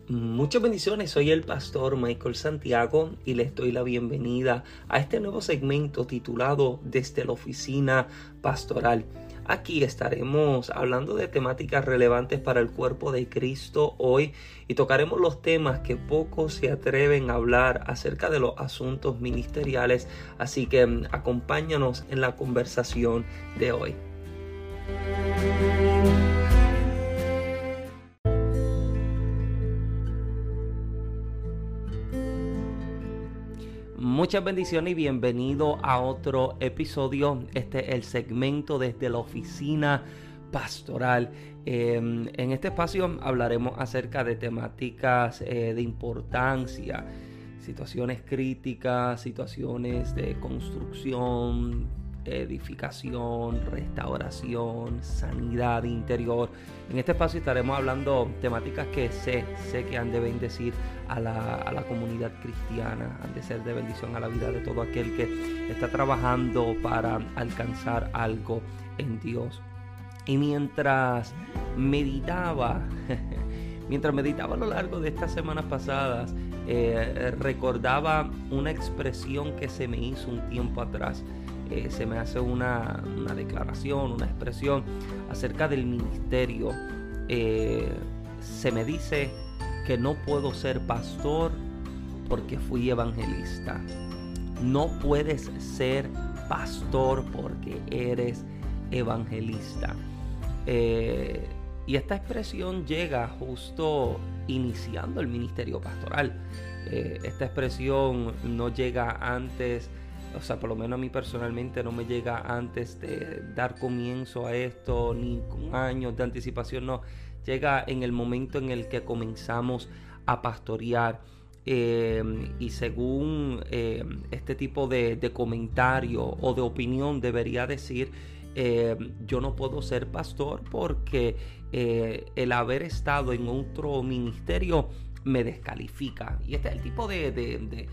Muchas bendiciones, soy el pastor Michael Santiago y les doy la bienvenida a este nuevo segmento titulado Desde la Oficina Pastoral. Aquí estaremos hablando de temáticas relevantes para el cuerpo de Cristo hoy y tocaremos los temas que pocos se atreven a hablar acerca de los asuntos ministeriales, así que acompáñanos en la conversación de hoy. Muchas bendiciones y bienvenido a otro episodio. Este es el segmento desde la oficina pastoral. En este espacio hablaremos acerca de temáticas de importancia, situaciones críticas, situaciones de construcción, edificación, restauración, sanidad interior. En este espacio estaremos hablando temáticas que sé que han de bendecir a la comunidad cristiana, han de ser de bendición a la vida de todo aquel que está trabajando para alcanzar algo en Dios. Y mientras meditaba a lo largo de estas semanas pasadas, recordaba una expresión que se me hizo un tiempo atrás. Se me hace una declaración, una expresión acerca del ministerio. Se me dice que no puedo ser pastor porque fui evangelista. No puedes ser pastor porque eres evangelista. Y esta expresión llega justo iniciando el ministerio pastoral. Esta expresión no llega antes. O sea, por lo menos a mí personalmente no me llega antes de dar comienzo a esto, ni con años de anticipación, no. Llega en el momento en el que comenzamos a pastorear. Y según este tipo de comentario o de opinión debería decir, yo no puedo ser pastor porque el haber estado en otro ministerio me descalifica. Y este es el tipo de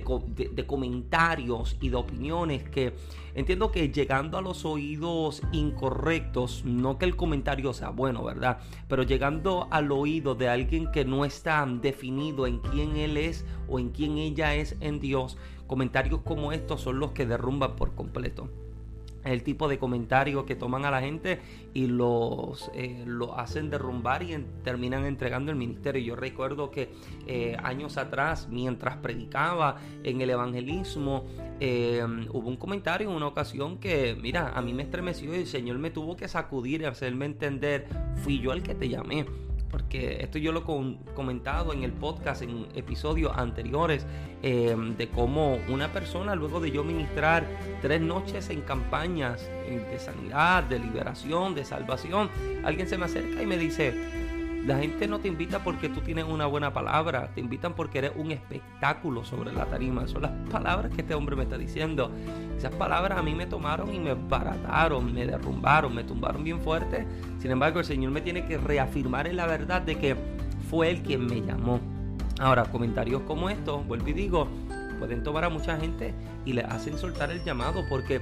comentarios y de opiniones que entiendo que llegando a los oídos incorrectos, no que el comentario sea bueno, ¿verdad? Pero llegando al oído de alguien que no está definido en quién él es o en quién ella es en Dios, comentarios como estos son los que derrumban por completo. El tipo de comentarios que toman a la gente y lo hacen derrumbar y terminan entregando el ministerio. Yo recuerdo que años atrás, mientras predicaba en el evangelismo, hubo un comentario en una ocasión que, mira, a mí me estremeció y el Señor me tuvo que sacudir y hacerme entender, fui yo el que te llamé. Porque esto yo lo he comentado en el podcast en episodios anteriores, de cómo una persona, luego de yo ministrar 3 noches en campañas de sanidad, de liberación, de salvación, alguien se me acerca y me dice: la gente no te invita porque tú tienes una buena palabra, te invitan porque eres un espectáculo sobre la tarima. Son las palabras que este hombre me está diciendo. Esas palabras a mí me tomaron y me barataron, me derrumbaron, me tumbaron bien fuerte. Sin embargo, el Señor me tiene que reafirmar en la verdad de que fue Él quien me llamó. Ahora, comentarios como estos, vuelvo y digo, pueden tomar a mucha gente y le hacen soltar el llamado, porque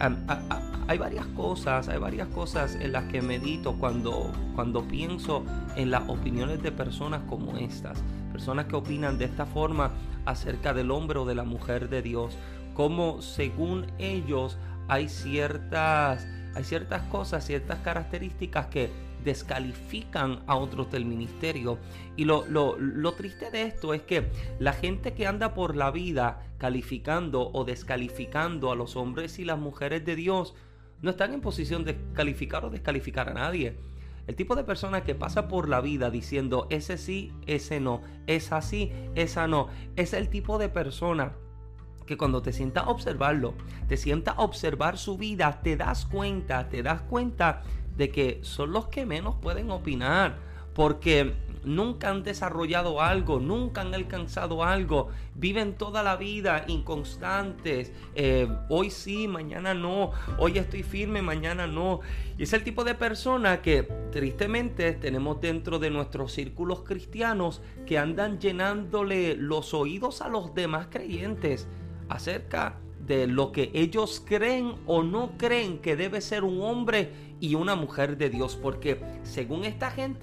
hay varias cosas en las que medito cuando pienso en las opiniones de personas como estas, personas que opinan de esta forma acerca del hombre o de la mujer de Dios, como según ellos hay ciertas cosas, ciertas características que descalifican a otros del ministerio. Y lo triste de esto es que la gente que anda por la vida calificando o descalificando a los hombres y las mujeres de Dios no están en posición de calificar o descalificar a nadie. El tipo de persona que pasa por la vida diciendo ese sí, ese no, esa sí, esa no, es el tipo de persona que cuando te sientas a observarlo, te sientas a observar su vida, te das cuenta de que son los que menos pueden opinar, porque nunca han desarrollado algo, nunca han alcanzado algo, viven toda la vida inconstantes, hoy sí, mañana no, hoy estoy firme, mañana no. Y es el tipo de persona que tristemente tenemos dentro de nuestros círculos cristianos que andan llenándole los oídos a los demás creyentes acerca de lo que ellos creen o no creen que debe ser un hombre y una mujer de Dios, porque según esta gente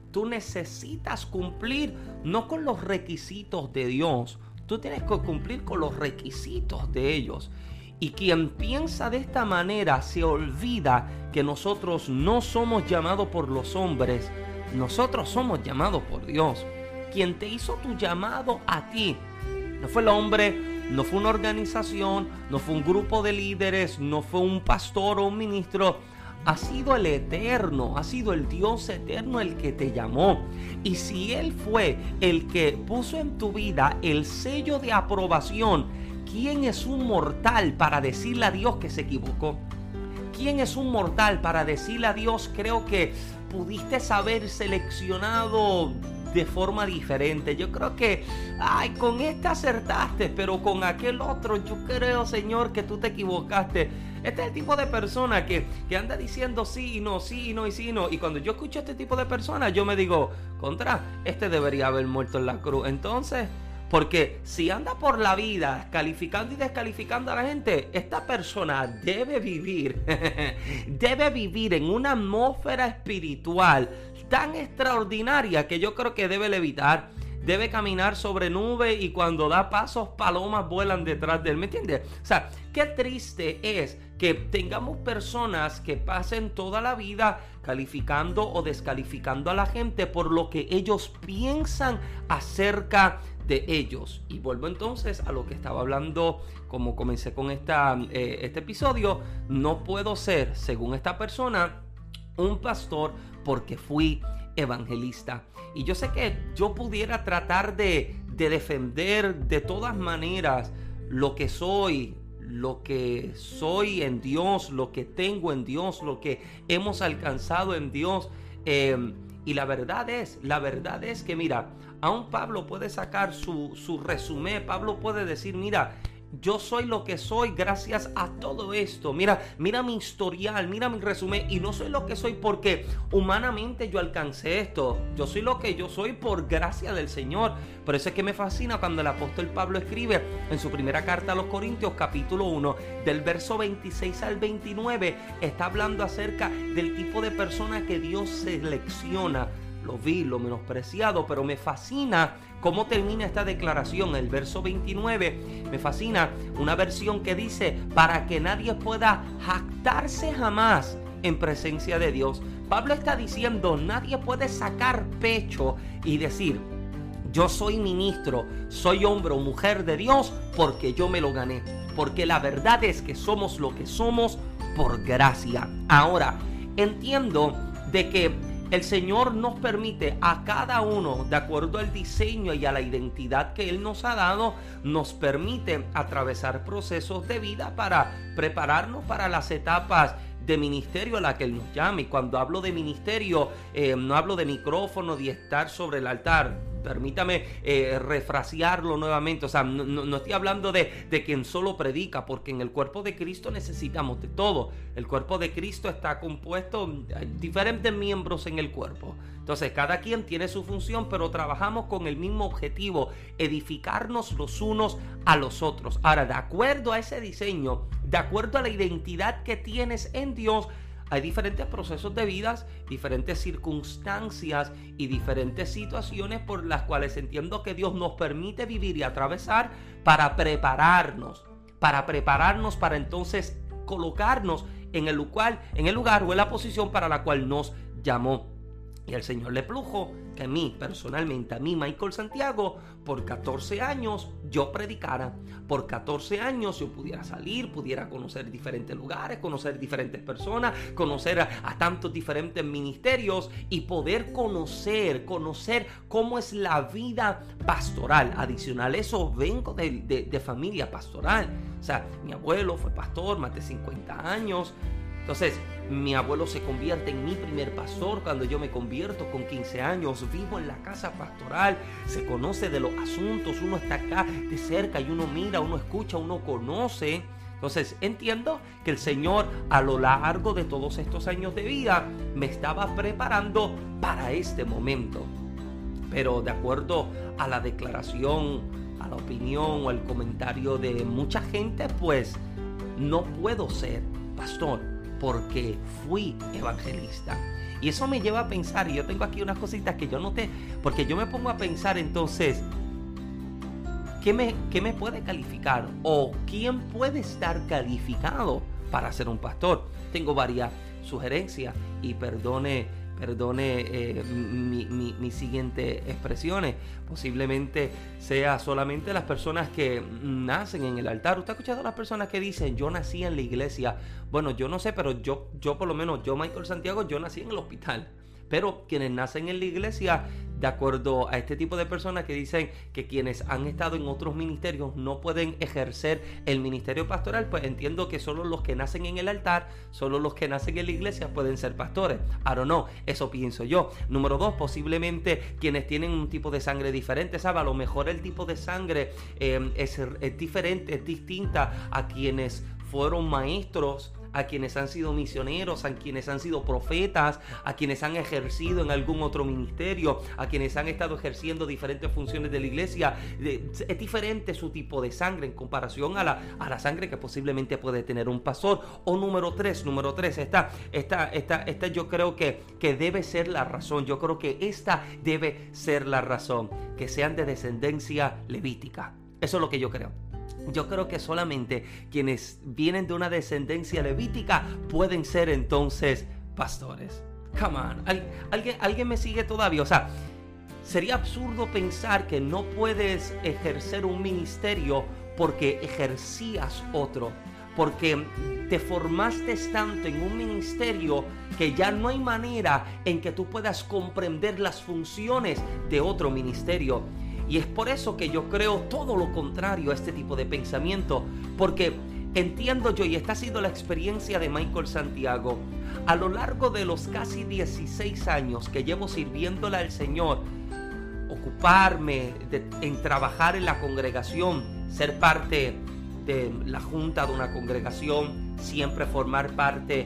tú necesitas cumplir no con los requisitos de Dios, tú tienes que cumplir con los requisitos de ellos. Y quien piensa de esta manera se olvida que nosotros no somos llamados por los hombres, nosotros somos llamados por Dios. Quien te hizo tu llamado a ti no fue el hombre, no fue una organización, no fue un grupo de líderes, no fue un pastor o un ministro. Ha sido el Eterno, ha sido el Dios eterno el que te llamó. Y si Él fue el que puso en tu vida el sello de aprobación, ¿quién es un mortal para decirle a Dios que se equivocó? ¿Quién es un mortal para decirle a Dios, creo que pudiste haber seleccionado de forma diferente? Yo creo que, con este acertaste, pero con aquel otro, yo creo, Señor, que tú te equivocaste. Este es el tipo de persona que anda diciendo sí y no, sí y no y sí y no. Y cuando yo escucho a este tipo de personas, yo me digo, este debería haber muerto en la cruz. Entonces, porque si anda por la vida calificando y descalificando a la gente, esta persona debe vivir en una atmósfera espiritual tan extraordinaria que yo creo que debe levitar, debe caminar sobre nubes, y cuando da pasos, palomas vuelan detrás de él. ¿Me entiendes? O sea, qué triste es que tengamos personas que pasen toda la vida calificando o descalificando a la gente por lo que ellos piensan acerca de ellos. Y vuelvo entonces a lo que estaba hablando, como comencé con este episodio. No puedo ser, según esta persona, un pastor porque fui evangelista. Y yo sé que yo pudiera tratar de defender de todas maneras lo que soy en Dios, lo que tengo en Dios, lo que hemos alcanzado en Dios. Y la verdad es que, mira, aún Pablo puede sacar su resumen. Pablo puede decir, mira, yo soy lo que soy gracias a todo esto. Mira mi historial, mira mi resumen. Y no soy lo que soy porque humanamente yo alcancé esto. Yo soy lo que yo soy por gracia del Señor. Por eso es que me fascina cuando el apóstol Pablo escribe en su primera carta a los Corintios, capítulo 1, del verso 26 al 29. Está hablando acerca del tipo de persona que Dios selecciona. Lo menospreciado, pero me fascina cómo termina esta declaración. El verso 29, me fascina una versión que dice, para que nadie pueda jactarse jamás en presencia de Dios. Pablo está diciendo, nadie puede sacar pecho y decir, yo soy ministro, soy hombre o mujer de Dios porque yo me lo gané. Porque la verdad es que somos lo que somos por gracia. Ahora, entiendo de que el Señor nos permite a cada uno, de acuerdo al diseño y a la identidad que Él nos ha dado, nos permite atravesar procesos de vida para prepararnos para las etapas de ministerio a la que Él nos llama. Y cuando hablo de ministerio, no hablo de micrófono, de estar sobre el altar. Permítame refrasearlo nuevamente. O sea, no estoy hablando de quien solo predica, porque en el cuerpo de Cristo necesitamos de todo. El cuerpo de Cristo está compuesto de diferentes miembros en el cuerpo. Entonces, cada quien tiene su función, pero trabajamos con el mismo objetivo: edificarnos los unos a los otros. Ahora, de acuerdo a ese diseño, de acuerdo a la identidad que tienes en Dios, hay diferentes procesos de vida, diferentes circunstancias y diferentes situaciones por las cuales entiendo que Dios nos permite vivir y atravesar para prepararnos para entonces colocarnos en el lugar o en la posición para la cual nos llamó. Y al Señor le plujo que a mí, personalmente, a mí, Michael Santiago, por 14 años yo predicara. Por 14 años yo pudiera salir, pudiera conocer diferentes lugares, conocer diferentes personas, conocer a tantos diferentes ministerios y poder conocer cómo es la vida pastoral. Adicional a eso, vengo de familia pastoral. O sea, mi abuelo fue pastor más de 50 años. Entonces, mi abuelo se convierte en mi primer pastor cuando yo me convierto con 15 años. Vivo en la casa pastoral, se conoce de los asuntos, uno está acá de cerca y uno mira, uno escucha, uno conoce. Entonces, entiendo que el Señor a lo largo de todos estos años de vida me estaba preparando para este momento. Pero de acuerdo a la declaración, a la opinión o al comentario de mucha gente, pues no puedo ser pastor. porque fui evangelista. Y eso me lleva a pensar, y yo tengo aquí unas cositas que yo noté, porque yo me pongo a pensar entonces, ¿qué me puede calificar? ¿O quién puede estar calificado para ser un pastor? Tengo varias sugerencias y perdone mis siguientes expresiones. Posiblemente sea solamente las personas que nacen en el altar. ¿Usted ha escuchado a las personas que dicen, yo nací en la iglesia? Bueno, yo no sé, pero yo por lo menos, yo Michael Santiago, yo nací en el hospital. Pero quienes nacen en la iglesia, de acuerdo a este tipo de personas que dicen que quienes han estado en otros ministerios no pueden ejercer el ministerio pastoral, pues entiendo que solo los que nacen en el altar, solo los que nacen en la iglesia pueden ser pastores. I don't know, eso pienso yo. Número 2, posiblemente quienes tienen un tipo de sangre diferente, ¿sabe? A lo mejor el tipo de sangre es diferente, es distinta a quienes fueron maestros, a quienes han sido misioneros, a quienes han sido profetas, a quienes han ejercido en algún otro ministerio, a quienes han estado ejerciendo diferentes funciones de la iglesia. Es diferente su tipo de sangre en comparación a la sangre que posiblemente puede tener un pastor. O número 3, esta yo creo que debe ser la razón. Yo creo que esta debe ser la razón, que sean de descendencia levítica. Eso es lo que yo creo. Yo creo que solamente quienes vienen de una descendencia levítica pueden ser entonces pastores. Come on. ¿Alguien me sigue todavía? O sea, sería absurdo pensar que no puedes ejercer un ministerio porque ejercías otro. Porque te formaste tanto en un ministerio que ya no hay manera en que tú puedas comprender las funciones de otro ministerio. Y es por eso que yo creo todo lo contrario a este tipo de pensamiento, porque entiendo yo, y esta ha sido la experiencia de Michael Santiago, a lo largo de los casi 16 años que llevo sirviéndole al Señor, ocuparme en trabajar en la congregación, ser parte de la junta de una congregación, siempre formar parte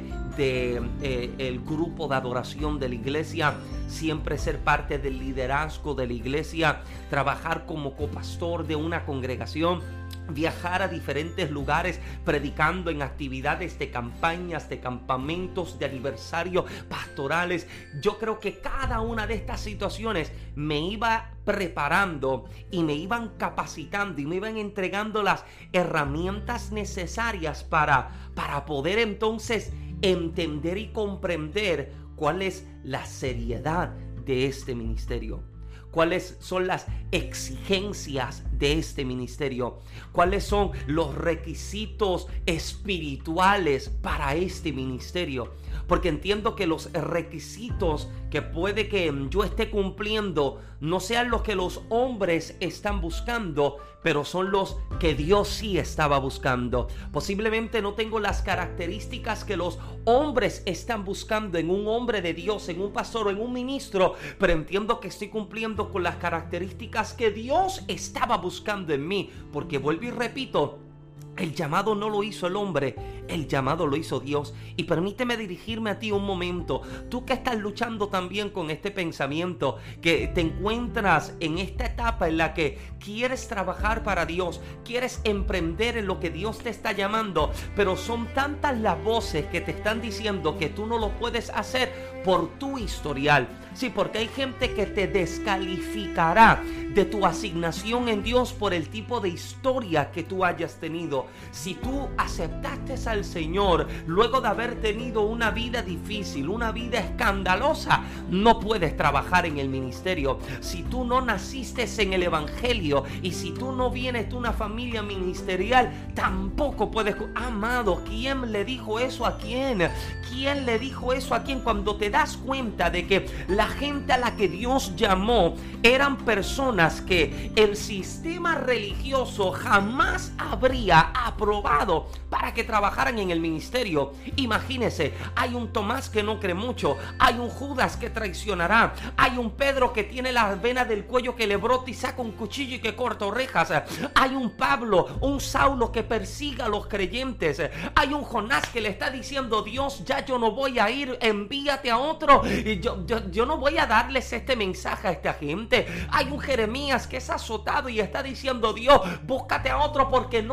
del grupo de adoración de la iglesia, siempre ser parte del liderazgo de la iglesia, trabajar como copastor de una congregación, viajar a diferentes lugares predicando en actividades de campañas, de campamentos, de aniversarios pastorales. Yo creo que cada una de estas situaciones me iba preparando y me iban capacitando y me iban entregando las herramientas necesarias para poder entonces entender y comprender cuál es la seriedad de este ministerio. ¿Cuáles son las exigencias de este ministerio? ¿Cuáles son los requisitos espirituales para este ministerio? Porque entiendo que los requisitos que puede que yo esté cumpliendo no sean los que los hombres están buscando, pero son los que Dios sí estaba buscando. Posiblemente no tengo las características que los hombres están buscando en un hombre de Dios, en un pastor o en un ministro, pero entiendo que estoy cumpliendo con las características que Dios estaba buscando en mí, porque vuelvo y repito, el llamado no lo hizo el hombre, el llamado lo hizo Dios. Y permíteme dirigirme a ti un momento. Tú que estás luchando también con este pensamiento, que te encuentras en esta etapa en la que quieres trabajar para Dios, quieres emprender en lo que Dios te está llamando, pero son tantas las voces que te están diciendo que tú no lo puedes hacer por tu historial. Sí, porque hay gente que te descalificará de tu asignación en Dios por el tipo de historia que tú hayas tenido. Si tú aceptaste al Señor luego de haber tenido una vida difícil, una vida escandalosa, no puedes trabajar en el ministerio. Si tú no naciste en el Evangelio y si tú no vienes de una familia ministerial, tampoco puedes. Amado, ¿quién le dijo eso a quién? ¿Quién le dijo eso a quién? Cuando te das cuenta de que la gente a la que Dios llamó eran personas que el sistema religioso jamás habría aprobado para que trabajaran en el ministerio. Imagínese, hay un Tomás que no cree mucho, hay un Judas que traicionará, hay un Pedro que tiene las venas del cuello que le brota y saca un cuchillo y que corta orejas, hay un Pablo, un Saulo que persiga a los creyentes, hay un Jonás que le está diciendo: Dios, ya yo no voy a ir, envíate a otro, y yo no voy a darles este mensaje a esta gente. Hay un Jeremías que es azotado y está diciendo: Dios, búscate a otro porque no vuelvo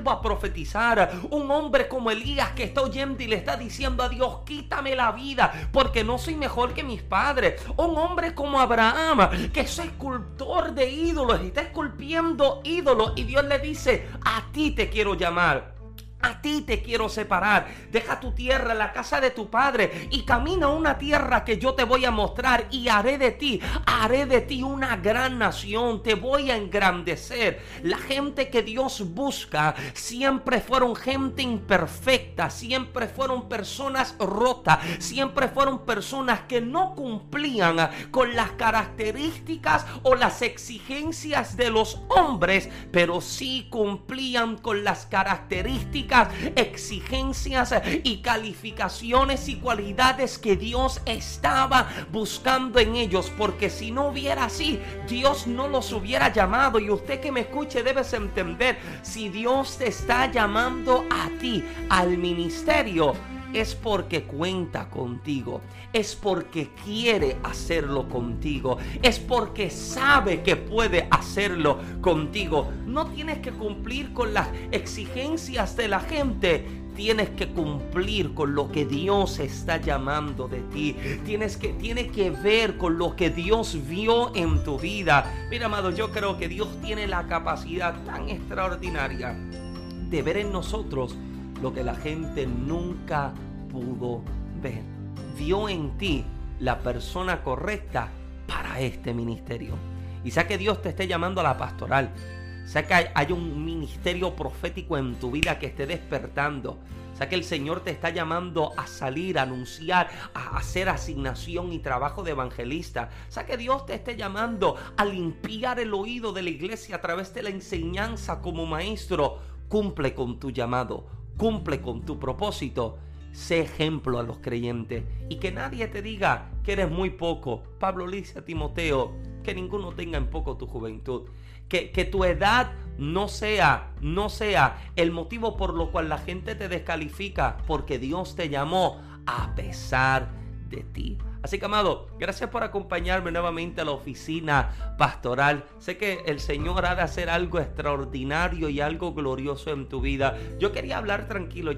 llamando a profetizar. Un hombre como Elías que está oyendo y le está diciendo a Dios, quítame la vida porque no soy mejor que mis padres. Un hombre como Abraham que es escultor de ídolos y está esculpiendo ídolos y Dios le dice, a ti te quiero llamar. A ti te quiero separar. Deja tu tierra, la casa de tu padre, y camina a una tierra que yo te voy a mostrar y haré de ti una gran nación. Te voy a engrandecer. La gente que Dios busca siempre fueron gente imperfecta, siempre fueron personas rotas, siempre fueron personas que no cumplían con las características o las exigencias de los hombres, pero sí cumplían con las características, exigencias y calificaciones y cualidades que Dios estaba buscando en ellos, porque si no hubiera así, Dios no los hubiera llamado. Y usted que me escuche debes entender, si Dios te está llamando a ti al ministerio, es porque cuenta contigo, es porque quiere hacerlo contigo, es porque sabe que puede hacerlo contigo. No tienes que cumplir con las exigencias de la gente, tienes que cumplir con lo que Dios está llamando de ti. Tiene que ver con lo que Dios vio en tu vida. Mira, amado, yo creo que Dios tiene la capacidad tan extraordinaria de ver en nosotros lo que la gente nunca pudo ver. Vio en ti la persona correcta para este ministerio. Y sea que Dios te esté llamando a la pastoral, sea que hay un ministerio profético en tu vida que esté despertando, sea que el Señor te está llamando a salir, a anunciar, a hacer asignación y trabajo de evangelista, sea que Dios te esté llamando a limpiar el oído de la iglesia a través de la enseñanza como maestro. Cumple con tu llamado, cumple con tu propósito. Sé ejemplo a los creyentes y que nadie te diga que eres muy poco. Pablo le dice a Timoteo que ninguno tenga en poco tu juventud. Que tu edad no sea el motivo por lo cual la gente te descalifica, porque Dios te llamó a pesar de ti. Así que, amado, gracias por acompañarme nuevamente a la oficina pastoral. Sé que el Señor ha de hacer algo extraordinario y algo glorioso en tu vida. Yo quería hablar tranquilo,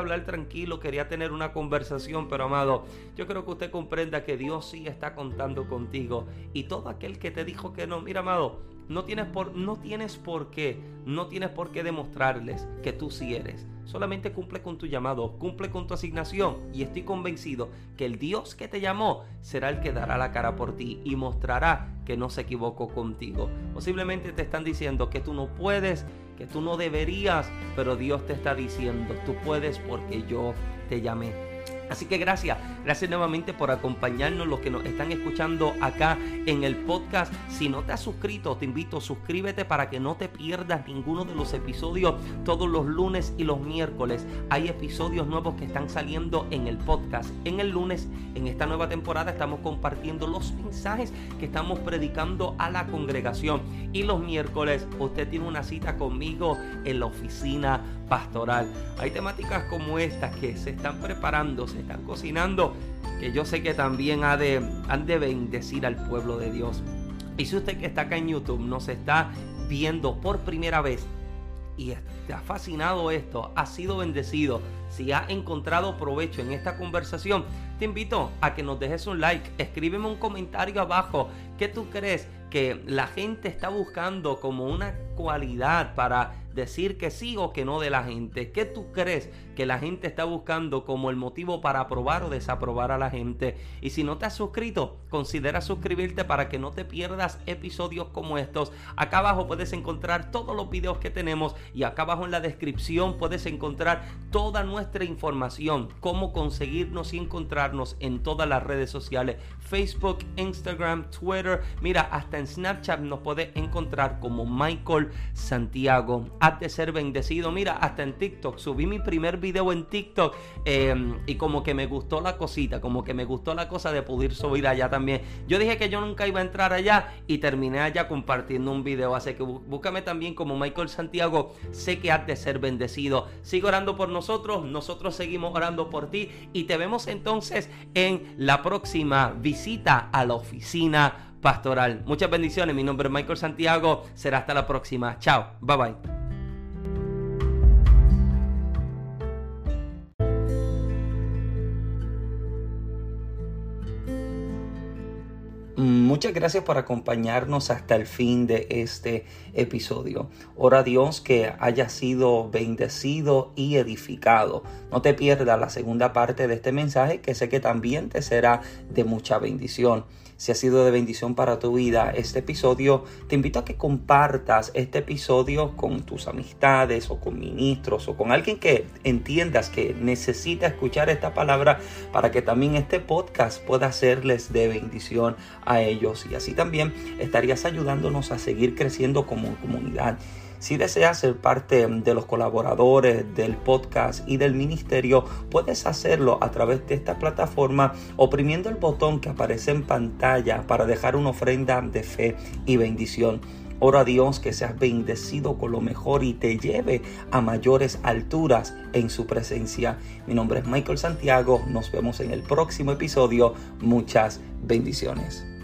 quería tener una conversación, pero, amado, yo creo que usted comprenda que Dios sí está contando contigo. Y todo aquel que te dijo que no, mira, amado, no tienes por qué demostrarles que tú sí eres. Solamente cumple con tu llamado, cumple con tu asignación, y estoy convencido que el Dios que te llamó será el que dará la cara por ti y mostrará que no se equivocó contigo. Posiblemente te están diciendo que tú no puedes, que tú no deberías, pero Dios te está diciendo, tú puedes porque yo te llamé. Así que gracias nuevamente por acompañarnos, los que nos están escuchando acá en el podcast. Si no te has suscrito, te invito, suscríbete para que no te pierdas ninguno de los episodios. Todos los lunes y los miércoles hay episodios nuevos que están saliendo en el podcast. En el lunes, en esta nueva temporada, estamos compartiendo los mensajes que estamos predicando a la congregación. Y los miércoles, usted tiene una cita conmigo en la oficina pastoral. Hay temáticas como estas que se están preparando, se están cocinando, que yo sé que también han de bendecir al pueblo de Dios. Y si usted que está acá en YouTube nos está viendo por primera vez y te ha fascinado esto, ha sido bendecido, si ha encontrado provecho en esta conversación, te invito a que nos dejes un like, escríbeme un comentario abajo. ¿Qué tú crees que la gente está buscando como una cualidad para decir que sí o que no de la gente? ¿Qué tú crees que la gente está buscando como el motivo para aprobar o desaprobar a la gente? Y si no te has suscrito, considera suscribirte para que no te pierdas episodios como estos. Acá abajo puedes encontrar todos los videos que tenemos, y acá abajo en la descripción puedes encontrar toda nuestra información, cómo conseguirnos y encontrarnos en todas las redes sociales: Facebook, Instagram, Twitter. Mira, hasta en Snapchat nos puedes encontrar como Michael Santiago. Has de ser bendecido. Mira, hasta en TikTok subí mi primer video en TikTok y como que me gustó la cosita, como que me gustó la cosa de poder subir allá también. Yo dije que yo nunca iba a entrar allá y terminé allá compartiendo un video. Así que búscame también como Michael Santiago. Sé que has de ser bendecido. Sigue orando por nosotros seguimos orando por ti, y te vemos entonces en la próxima visita a la oficina pastoral. Muchas bendiciones. Mi nombre es Michael Santiago. Será hasta la próxima. Chao. Bye bye. Muchas gracias por acompañarnos hasta el fin de este episodio. Ora a Dios que haya sido bendecido y edificado. No te pierdas la segunda parte de este mensaje, que sé que también te será de mucha bendición. Si ha sido de bendición para tu vida este episodio, te invito a que compartas este episodio con tus amistades o con ministros o con alguien que entiendas que necesita escuchar esta palabra para que también este podcast pueda serles de bendición a ellos. Y así también estarías ayudándonos a seguir creciendo como comunidad. Si deseas ser parte de los colaboradores del podcast y del ministerio, puedes hacerlo a través de esta plataforma oprimiendo el botón que aparece en pantalla para dejar una ofrenda de fe y bendición. Oro a Dios que seas bendecido con lo mejor y te lleve a mayores alturas en su presencia. Mi nombre es Michael Santiago. Nos vemos en el próximo episodio. Muchas bendiciones.